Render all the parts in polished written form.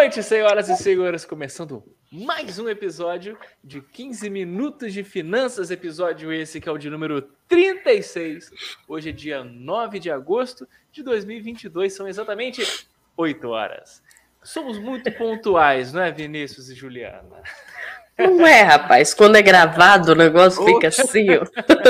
noite, senhoras e senhores, começando mais um episódio de 15 minutos de finanças, episódio esse que é o de número 36. Hoje é dia 9 de agosto de 2022, são exatamente 8 horas. Somos muito pontuais, não é, Vinícius e Juliana? Não é, rapaz, quando é gravado o negócio fica assim, ó.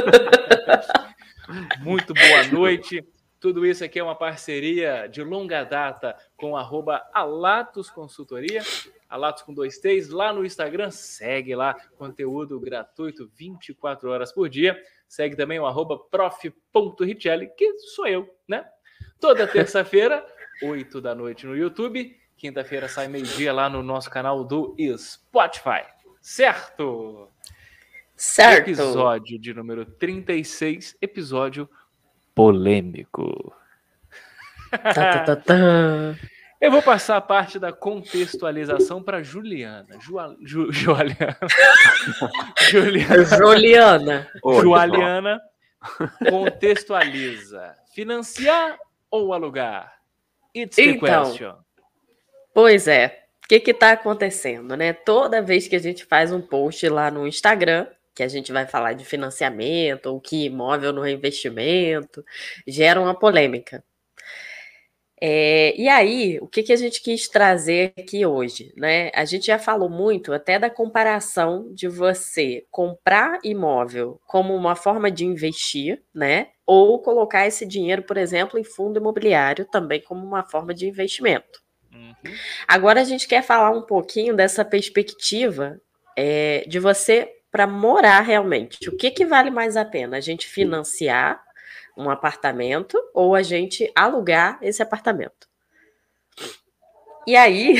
Muito boa noite. Tudo isso aqui é uma parceria de longa data com @Alatos Consultoria, Alatos com 2 T's, lá no Instagram. Segue lá, conteúdo gratuito 24 horas por dia. Segue também o @prof.richelli, que sou eu, né? Toda terça-feira, 8 da noite no YouTube. Quinta-feira sai meio-dia lá no nosso canal do Spotify. Certo? Certo. Episódio de número 36, episódio polêmico. Eu vou passar a parte da contextualização para Juliana. Juliana contextualiza. Financiar ou alugar? It's the question. Pois é. O que está acontecendo, né? Toda vez que a gente faz um post lá no Instagram, que a gente vai falar de financiamento, ou que imóvel no reinvestimento, gera uma polêmica. E aí, o que a gente quis trazer aqui hoje, né? A gente já falou muito até da comparação de você comprar imóvel como uma forma de investir, né? Ou colocar esse dinheiro, por exemplo, em fundo imobiliário também como uma forma de investimento. Agora a gente quer falar um pouquinho dessa perspectiva de você para morar realmente. O que vale mais a pena? A gente financiar um apartamento ou a gente alugar esse apartamento? E aí,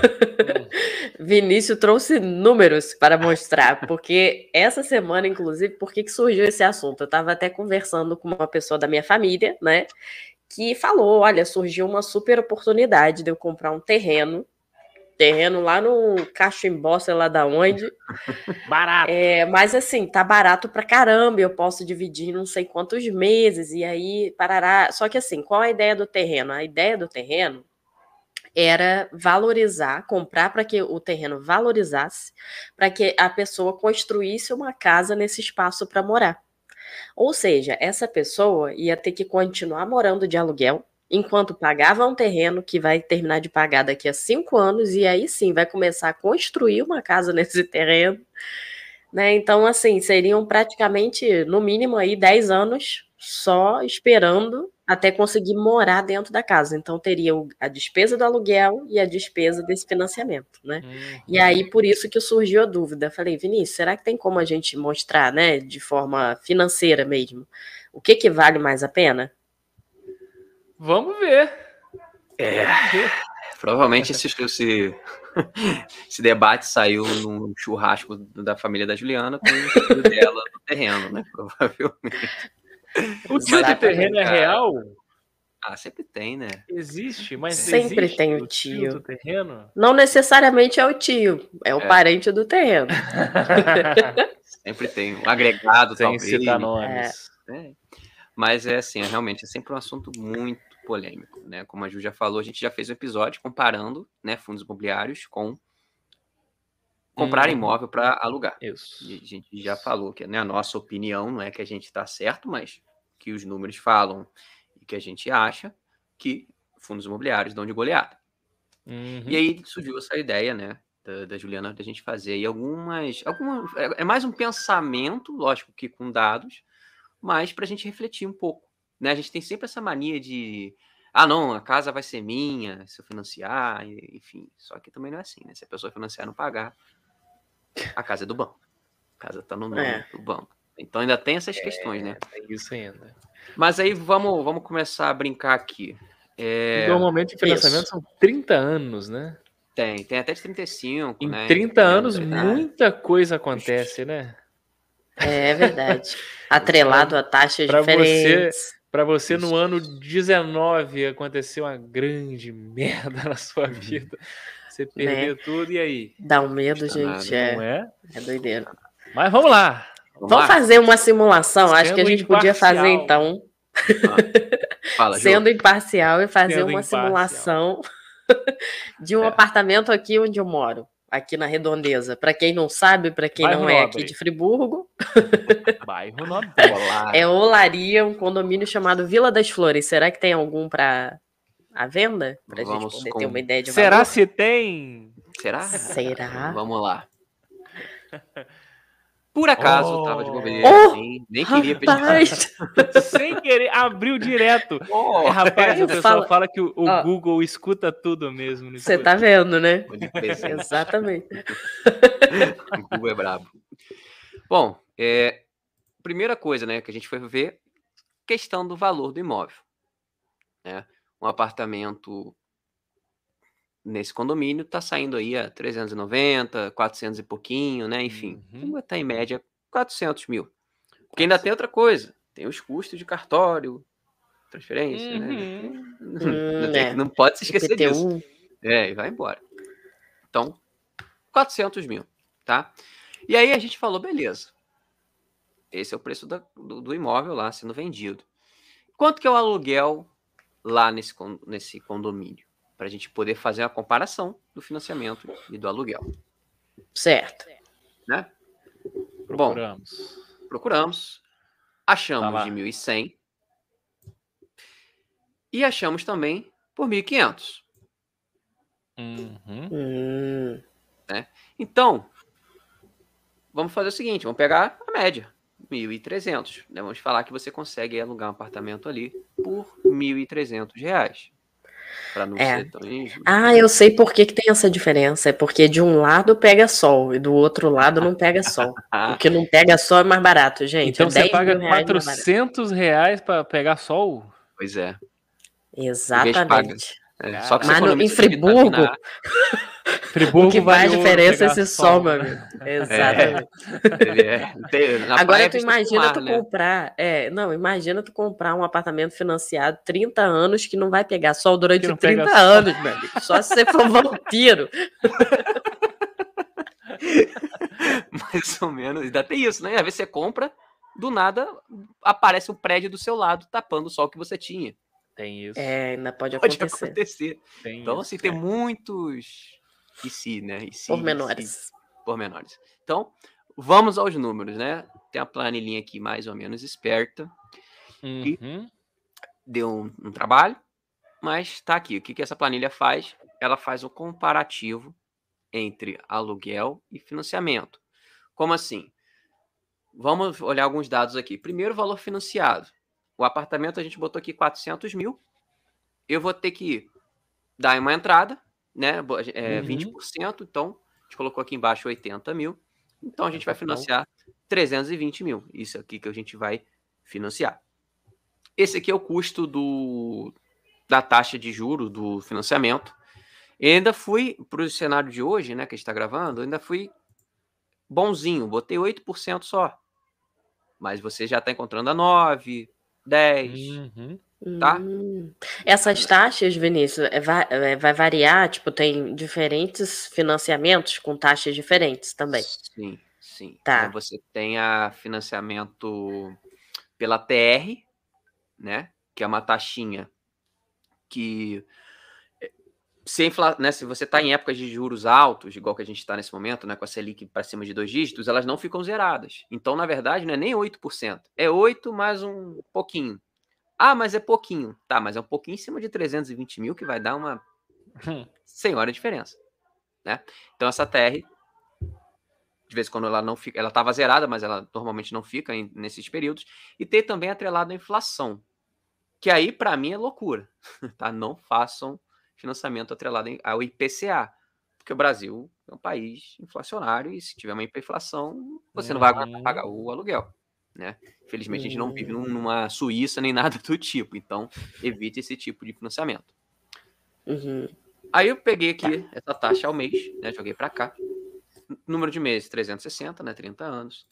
Vinícius trouxe números para mostrar, porque essa semana, inclusive, por que surgiu esse assunto? Eu estava até conversando com uma pessoa da minha família, né? Que falou, olha, surgiu uma super oportunidade de eu comprar um terreno lá no Cachimbó, sei lá da onde. Barato. Mas assim, tá barato pra caramba, eu posso dividir em não sei quantos meses, e aí, parará. Só que assim, qual a ideia do terreno? A ideia do terreno era valorizar, comprar para que o terreno valorizasse, para que a pessoa construísse uma casa nesse espaço para morar. Ou seja, essa pessoa ia ter que continuar morando de aluguel, enquanto pagava um terreno que vai terminar de pagar daqui a 5 anos, e aí sim vai começar a construir uma casa nesse terreno, né? Então, assim, seriam praticamente, no mínimo, aí 10 anos só esperando até conseguir morar dentro da casa. Então, teria a despesa do aluguel e a despesa desse financiamento, né? E aí, por isso que surgiu a dúvida. Falei, Vinícius, será que tem como a gente mostrar, né, de forma financeira mesmo, o que vale mais a pena? Vamos ver. Provavelmente esse debate saiu num churrasco da família da Juliana com o tio dela no terreno, né? Provavelmente. O tio do terreno é real? Ah, sempre tem, né? Existe, mas sempre existe tem o tio do terreno? Não necessariamente é o tio, é o parente do terreno. Sempre tem um agregado, sem talvez. Citar nomes. Mas realmente é sempre um assunto muito polêmico, né? Como a Ju já falou, a gente já fez um episódio comparando, né, fundos imobiliários com comprar imóvel para alugar. Isso. E a gente já falou que, né, a nossa opinião não é que a gente está certo, mas que os números falam e que a gente acha que fundos imobiliários dão de goleada. E aí surgiu essa ideia, né, da Juliana, da gente fazer aí algumas é mais um pensamento, lógico que com dados, mas para a gente refletir um pouco, né? A gente tem sempre essa mania de não, a casa vai ser minha se eu financiar, enfim. Só que também não é assim, né? Se a pessoa financiar e não pagar, a casa é do banco. A casa tá no nome do banco. Então ainda tem essas questões, né? Tem isso ainda. Mas aí vamos começar a brincar aqui. Normalmente o financiamento são 30 anos, né? Tem até de 35, em né? 30 anos muita coisa acontece, né? É verdade. Atrelado a taxas diferentes. Para você no ano 19 aconteceu uma grande merda na sua vida. Você perder tudo, e aí? Dá um medo, gente. Não é? É doideira. Mas vamos lá. Vamos fazer uma simulação. Acho que a gente podia fazer, então. Fala, sendo imparcial e fazer uma simulação de um apartamento aqui onde eu moro, aqui na Redondeza. Para quem não sabe, para quem não é aqui de Friburgo, Bairro Nobre. É Olaria, um condomínio chamado Vila das Flores. Será que tem algum para a venda? Para a gente poder ter uma ideia de valor? Será se tem? Será? Vamos lá. Por acaso, tava de bobeira, assim, nem queria pedir. Sem querer, abriu direto. Rapaz, o pessoal fala que o Google escuta tudo mesmo. Você tá vendo, né? Exatamente. O Google é brabo. Bom, primeira coisa, né, que a gente foi ver, questão do valor do imóvel. Né? Um apartamento nesse condomínio tá saindo aí a 390, 400 e pouquinho, né? Enfim, tá em média 400 mil. Porque ainda tem outra coisa, tem os custos de cartório, transferência, né? Não pode se esquecer disso. E vai embora. Então, 400 mil, tá? E aí a gente falou, beleza. Esse é o preço do imóvel lá sendo vendido. Quanto que é o aluguel lá nesse condomínio? Para a gente poder fazer uma comparação do financiamento e do aluguel. Certo. Né? Procuramos. Achamos de 1.100. E achamos também por 1.500. Né? Então, vamos fazer o seguinte, vamos pegar a média. 1.300. Né? Vamos falar que você consegue alugar um apartamento ali por R$1.300. Para não ser tão injusto. Eu sei por que tem essa diferença. É porque de um lado pega sol e do outro lado não pega sol. O que não pega sol é mais barato, gente. Então você paga R$400 para pegar sol? Pois é. Exatamente. Só que mas em Friburgo, o que faz diferença é esse sol, meu amigo. Exatamente. Agora tu imagina tu comprar. Imagina tu comprar um apartamento financiado 30 anos que não vai pegar sol durante 30 anos, meu amigo. Só se você for vampiro. Mais ou menos. Ainda tem isso, né? Às vezes você compra, do nada aparece um prédio do seu lado tapando o sol que você tinha. Tem isso. Ainda pode acontecer. Então, assim, tem muitos né? Pormenores. Então, vamos aos números, né? Tem a planilhinha aqui mais ou menos esperta. E deu um trabalho, mas tá aqui. O que essa planilha faz? Ela faz um comparativo entre aluguel e financiamento. Como assim? Vamos olhar alguns dados aqui. Primeiro, valor financiado. O apartamento a gente botou aqui 400 mil. Eu vou ter que dar uma entrada, né? 20%. Então, a gente colocou aqui embaixo 80 mil. Então, a gente vai financiar 320 mil. Isso aqui que a gente vai financiar. Esse aqui é o custo da taxa de juros do financiamento. E ainda fui, para o cenário de hoje, né, que a gente está gravando, ainda fui bonzinho. Botei 8% só. Mas você já está encontrando a 9%. 10, tá? Essas taxas, Vinícius, vai variar? Tipo, tem diferentes financiamentos com taxas diferentes também? Sim. Tá. Você tem a financiamento pela TR, né? Que é uma taxinha que... Se você está em épocas de juros altos, igual que a gente está nesse momento, né, com a Selic para cima de 2 dígitos, elas não ficam zeradas. Então, na verdade, não é nem 8%. É 8 mais um pouquinho. Mas é pouquinho. Tá, mas é um pouquinho em cima de 320 mil que vai dar uma senhora diferença. Né? Então, essa TR, de vez em quando ela não fica... Ela estava zerada, mas ela normalmente não fica nesses períodos. E tem também atrelado a inflação. Que aí, para mim, é loucura. Tá? Não façam financiamento atrelado ao IPCA, porque o Brasil é um país inflacionário e se tiver uma hiperinflação, você não vai aguentar pagar o aluguel, né? Infelizmente, a gente não vive numa Suíça nem nada do tipo, então evite esse tipo de financiamento. Aí eu peguei aqui essa taxa ao mês, né? Joguei para cá. Número de meses, 360, né? 30 anos.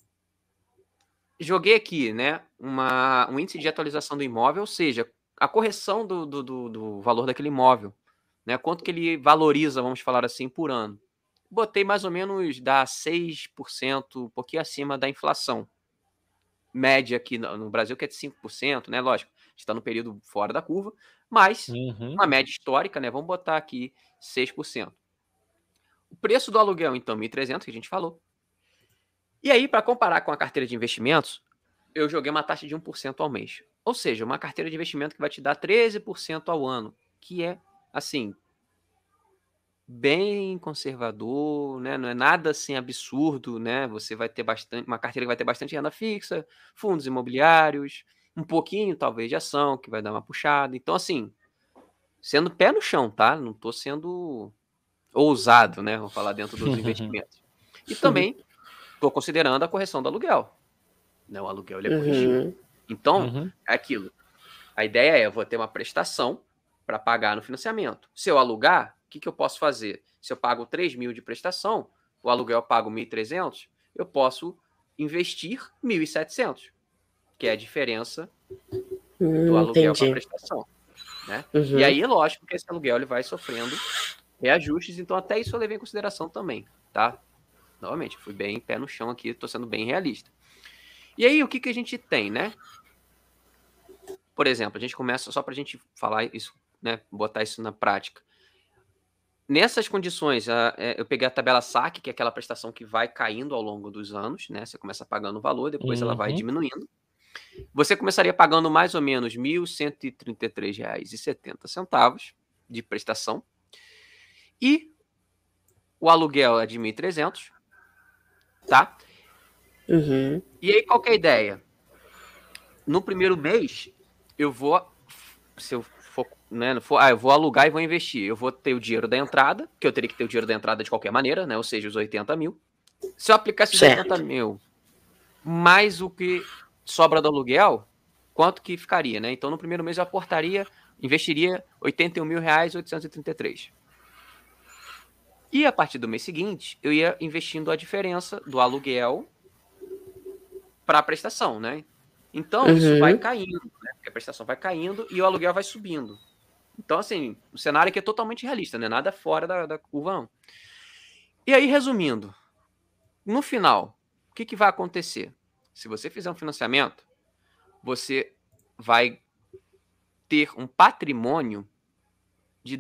Joguei aqui, né? Um índice de atualização do imóvel, ou seja, a correção do valor daquele imóvel, né? Quanto que ele valoriza, vamos falar assim, por ano. Botei mais ou menos, dá 6%, um pouquinho acima da inflação. Média aqui no Brasil, que é de 5%, né? Lógico, está no período fora da curva, mas uma média histórica, né? Vamos botar aqui 6%. O preço do aluguel, então, 1.300, que a gente falou. E aí, para comparar com a carteira de investimentos, eu joguei uma taxa de 1% ao mês. Ou seja, uma carteira de investimento que vai te dar 13% ao ano, que é, assim, bem conservador, né? Não é nada assim absurdo, né? Você vai ter uma carteira que vai ter bastante renda fixa, fundos imobiliários, um pouquinho talvez de ação, que vai dar uma puxada. Então, assim, sendo pé no chão, tá? Não tô sendo ousado, né? Vou falar dentro dos investimentos. E também tô considerando a correção do aluguel. Né? O aluguel ele é corrigido. Então, é aquilo. A ideia é, eu vou ter uma prestação para pagar no financiamento. Se eu alugar, o que eu posso fazer? Se eu pago 3.000 de prestação, o aluguel eu pago 1.300, eu posso investir 1.700, que é a diferença do aluguel para a prestação. Né? E aí, lógico que esse aluguel ele vai sofrendo reajustes, então até isso eu levei em consideração também, tá? Novamente, fui bem pé no chão aqui, estou sendo bem realista. E aí, o que a gente tem, né? Por exemplo, a gente começa, só para a gente falar isso, né? Botar isso na prática. Nessas condições, eu peguei a tabela SAC, que é aquela prestação que vai caindo ao longo dos anos, né? Você começa pagando o valor, depois ela vai diminuindo. Você começaria pagando mais ou menos R$ 1.133,70 de prestação. E o aluguel é de 1.300, tá? E aí, qual que é a ideia? No primeiro mês, eu vou, se eu for, né, eu vou alugar e vou investir. Eu vou ter o dinheiro da entrada, que eu teria que ter o dinheiro da entrada de qualquer maneira, né? Ou seja, os 80 mil. Se eu aplicasse os 80 mil, mais o que sobra do aluguel, quanto que ficaria, né? Então, no primeiro mês, eu investiria R$ 81.833. E a partir do mês seguinte, eu ia investindo a diferença do aluguel para a prestação, né? Então, isso vai caindo, né? Porque a prestação vai caindo e o aluguel vai subindo. Então, assim, o cenário aqui é totalmente realista, né? Nada fora da curva, não. E aí, resumindo, no final, o que vai acontecer? Se você fizer um financiamento, você vai ter um patrimônio de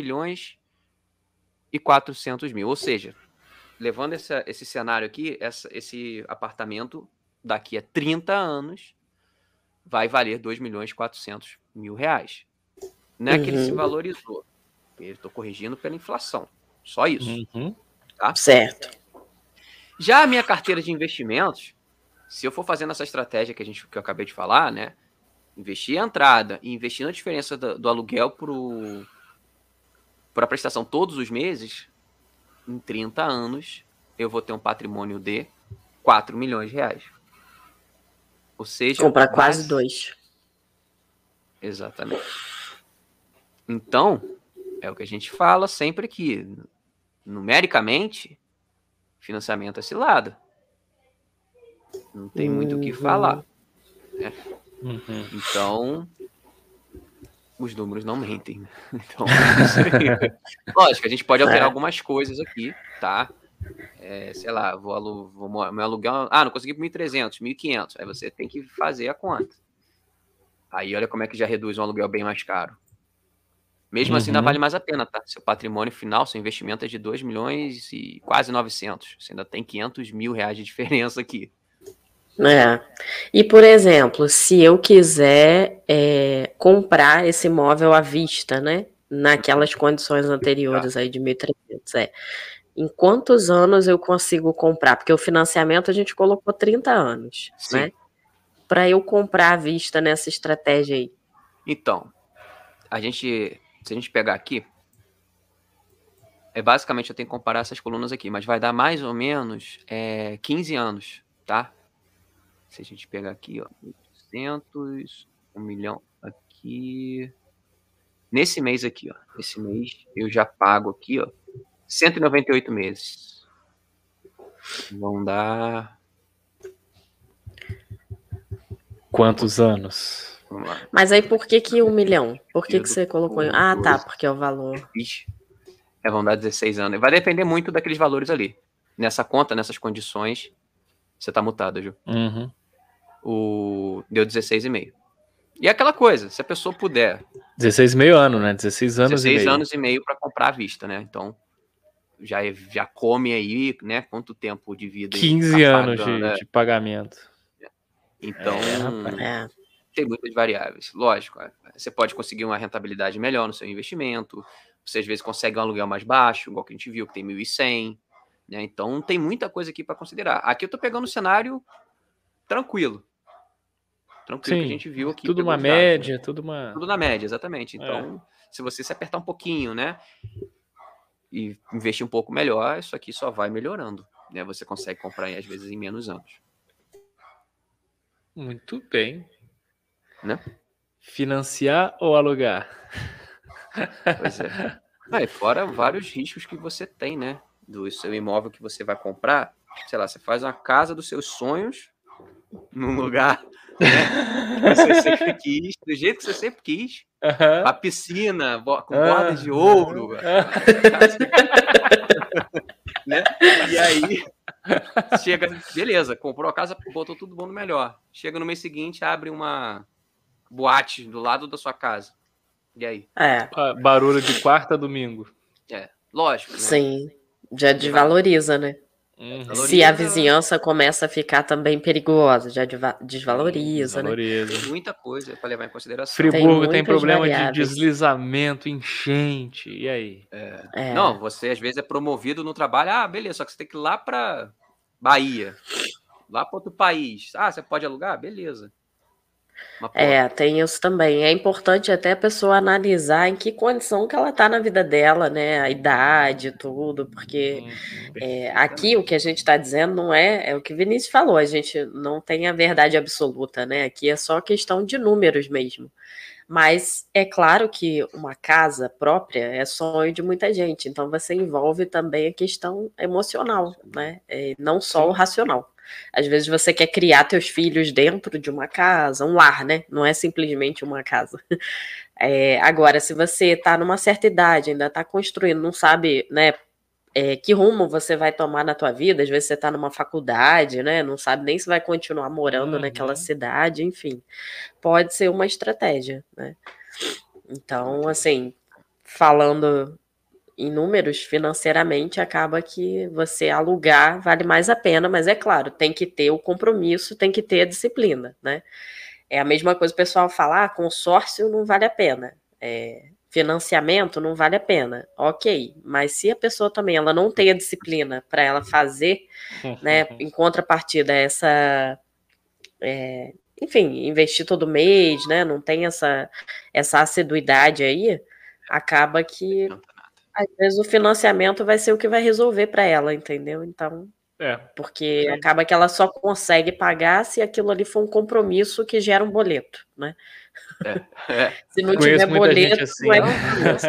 2.400.000. Ou seja, levando esse cenário aqui, esse apartamento daqui a 30 anos vai valer R$ 2.400.000. Não é que ele se valorizou. Eu estou corrigindo pela inflação. Só isso. Tá? Certo. Já a minha carteira de investimentos, se eu for fazendo essa estratégia que eu acabei de falar, né? Investir a entrada e investir na diferença do aluguel para a prestação todos os meses, em 30 anos, eu vou ter um patrimônio de R$ 4 milhões. Ou seja... Comprar quase 2. Exatamente. Então, é o que a gente fala sempre aqui. Numericamente, financiamento é cilada. Não tem muito o que falar. Né? Então, os números não mentem. Então, lógico, a gente pode alterar algumas coisas aqui, tá? Sei lá, meu aluguel... não consegui por 1.300, 1.500. Aí você tem que fazer a conta. Aí olha como é que já reduz um aluguel bem mais caro. Mesmo assim, ainda vale mais a pena, tá? Seu patrimônio final, seu investimento é de 2 milhões e quase 900. Você ainda tem R$ 500.000 de diferença aqui. E, por exemplo, se eu quiser comprar esse imóvel à vista, né? Naquelas condições anteriores aí de 1.300, em quantos anos eu consigo comprar? Porque o financiamento a gente colocou 30 anos, Sim. né? Para eu comprar à vista nessa estratégia aí. Então, se a gente pegar aqui, basicamente eu tenho que comparar essas colunas aqui, mas vai dar mais ou menos 15 anos, tá? Se a gente pegar aqui, ó, 800, 1 milhão aqui. Nesse mês aqui, ó, esse mês eu já pago aqui, ó, 198 meses. Vão dar... Quantos anos? Vamos lá. Mas aí por que 1 milhão? Por que você colocou? Tá, porque é o valor. Vão dar 16 anos. Vai depender muito daqueles valores ali. Nessa conta, nessas condições, você tá mutado, Ju. Deu 16,5. E é aquela coisa, se a pessoa puder... 16,5 anos, né? 16 anos 16 e meio. anos e meio para comprar à vista, né? Então, já come aí, né? Quanto tempo de vida... 15 anos de pagamento. Então, É. tem muitas variáveis. Lógico, você pode conseguir uma rentabilidade melhor no seu investimento, você às vezes consegue um aluguel mais baixo, igual que a gente viu, que tem 1.100, né? Então, tem muita coisa aqui para considerar. Aqui eu tô pegando um cenário tranquilo. Tranquilo, Sim, que a gente viu aqui. Tudo uma pelos média, dados, né? tudo Tudo na média, exatamente. Então, se você se apertar um pouquinho, né? E investir um pouco melhor, isso aqui só vai melhorando, né? Você consegue comprar, às vezes, em menos anos. Muito bem. Né? Financiar ou alugar? Pois é. E fora vários riscos que você tem, né? Do seu imóvel que você vai comprar. Sei lá, você faz uma casa dos seus sonhos num lugar, né? Que você sempre quis, do jeito que você sempre quis. A piscina com bordas de ouro. Né? E aí, chega, beleza, comprou a casa, botou tudo bom no melhor. Chega no mês seguinte, abre uma boate do lado da sua casa. E aí? Barulho de quarta a domingo. Lógico. Né? Sim, já desvaloriza, né? Uhum. Se a vizinhança começa a ficar também perigosa, já desvaloriza, né? Tem muita coisa para levar em consideração. Friburgo tem problema de deslizamento, enchente, e aí? Não, você às vezes é promovido no trabalho, beleza, só que você tem que ir lá para Bahia, lá para outro país. Você pode alugar? Beleza. Tem isso também. É importante até a pessoa analisar em que condição que ela tá na vida dela, né? A idade, tudo, porque aqui o que a gente está dizendo não é o que o Vinícius falou, a gente não tem a verdade absoluta, né? Aqui é só questão de números mesmo. Mas é claro que uma casa própria é sonho de muita gente, então você envolve também a questão emocional, né? Não só o racional. Às vezes você quer criar teus filhos dentro de uma casa, um lar, né? Não é simplesmente uma casa. Agora, se você está numa certa idade, ainda está construindo, não sabe, né? Que rumo você vai tomar na tua vida, às vezes você está numa faculdade, né? Não sabe nem se vai continuar morando naquela cidade, enfim. Pode ser uma estratégia, né? Então, assim, falando em números, financeiramente, acaba que você alugar vale mais a pena, mas é claro, tem que ter o compromisso, tem que ter a disciplina, né? É a mesma coisa o pessoal fala, consórcio não vale a pena, financiamento não vale a pena, ok, mas se a pessoa também ela não tem a disciplina para ela fazer, né, em contrapartida essa, enfim, investir todo mês, né, não tem essa assiduidade aí, acaba que às vezes o financiamento vai ser o que vai resolver para ela, entendeu? Então, porque acaba que ela só consegue pagar se aquilo ali for um compromisso que gera um boleto, né? Se não tiver boleto, assim, não é compromisso.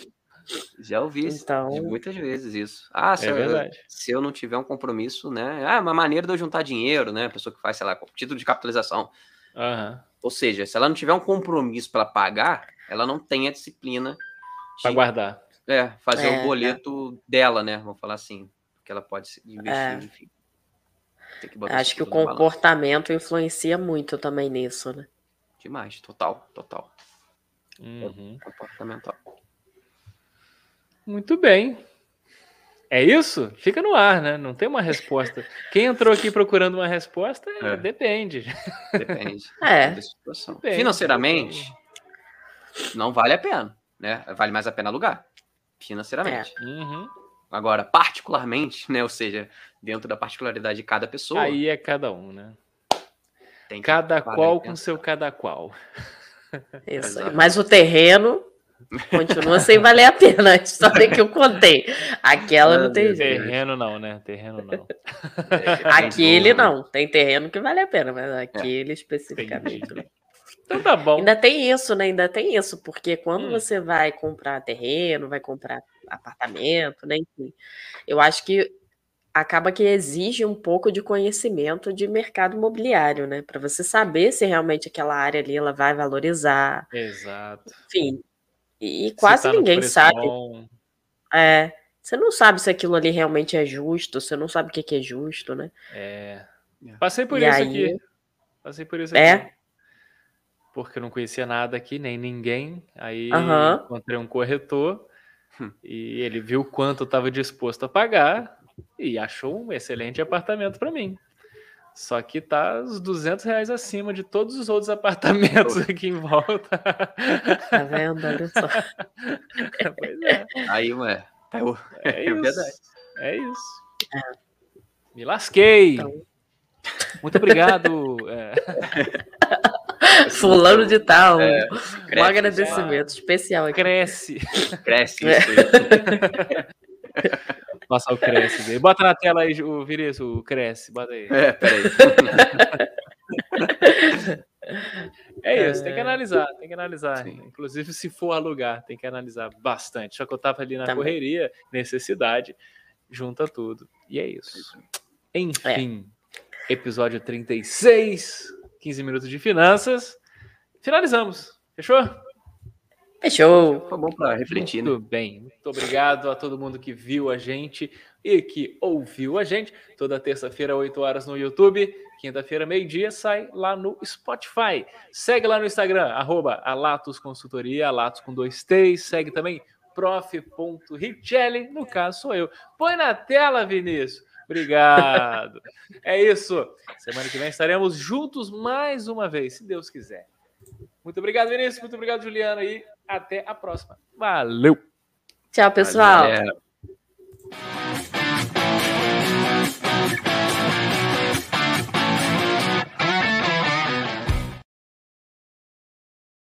Já ouvi isso muitas vezes isso. Verdade. Se eu não tiver um compromisso, né? Uma maneira de eu juntar dinheiro, né? A pessoa que faz, sei lá, título de capitalização. Ou seja, se ela não tiver um compromisso para pagar, ela não tem a disciplina para guardar. Fazer o boleto dela, né? Vamos falar assim. Que ela pode investir, enfim. Tem que botar acho que o comportamento influencia muito também nisso, né? Demais, total. Comportamental. Muito bem. É isso? Fica no ar, né? Não tem uma resposta. Quem entrou aqui procurando uma resposta, depende. Depende da situação. Financeiramente, não vale a pena, né? Vale mais a pena alugar. Financeiramente. Agora, particularmente, né? Ou seja, dentro da particularidade de cada pessoa. Aí é cada um, né? Cada qual com seu cada qual. Isso aí. Mas o terreno continua sem valer a pena. A história que eu contei. Aquela não tem jeito. Terreno não, né? Terreno não. Aquele não. Tem terreno que vale a pena, mas aquele especificamente não. Então tá bom. Ainda tem isso, né? Ainda tem isso, porque quando você vai comprar terreno, vai comprar apartamento, né? Enfim, eu acho que acaba que exige um pouco de conhecimento de mercado imobiliário, né? Para você saber se realmente aquela área ali ela vai valorizar. Exato. Enfim, e quase ninguém sabe. Você não sabe se aquilo ali realmente é justo, você não sabe o que é justo, né? Passei por isso aqui. Passei por isso aqui. porque eu não conhecia nada aqui, nem ninguém. Aí encontrei um corretor e ele viu quanto eu estava disposto a pagar e achou um excelente apartamento para mim. Só que tá uns R$200 acima de todos os outros apartamentos aqui em volta. Tá vendo? Olha só. Pois é. Aí, ué. É isso. Verdade. É isso. Me lasquei. Então... Muito obrigado. Fulano de tal. Um agradecimento especial aqui. Cresce. Cresce isso aí. Passar o Cresce aí. Bota na tela aí, o Vinícius, o Cresce. Bota aí. Peraí. É isso, tem que analisar. Sim. Inclusive, se for alugar, tem que analisar bastante. Só que eu tava ali na correria, necessidade, junta tudo. E é isso. Enfim, episódio 36, 15 minutos de finanças. Finalizamos. Fechou? Fechou. Foi bom para refletir, Muito bem. Muito obrigado a todo mundo que viu a gente e que ouviu a gente. Toda terça-feira, 8 horas no YouTube. Quinta-feira, meio-dia, sai lá no Spotify. Segue lá no Instagram, @AlatosConsultoria, Alatos com 2 T's. Segue também prof.richelli, no caso sou eu. Põe na tela, Vinícius. Obrigado. É isso. Semana que vem estaremos juntos mais uma vez, se Deus quiser. Muito obrigado, Vinícius. Muito obrigado, Juliana. E até a próxima. Valeu. Tchau, pessoal. Valeu.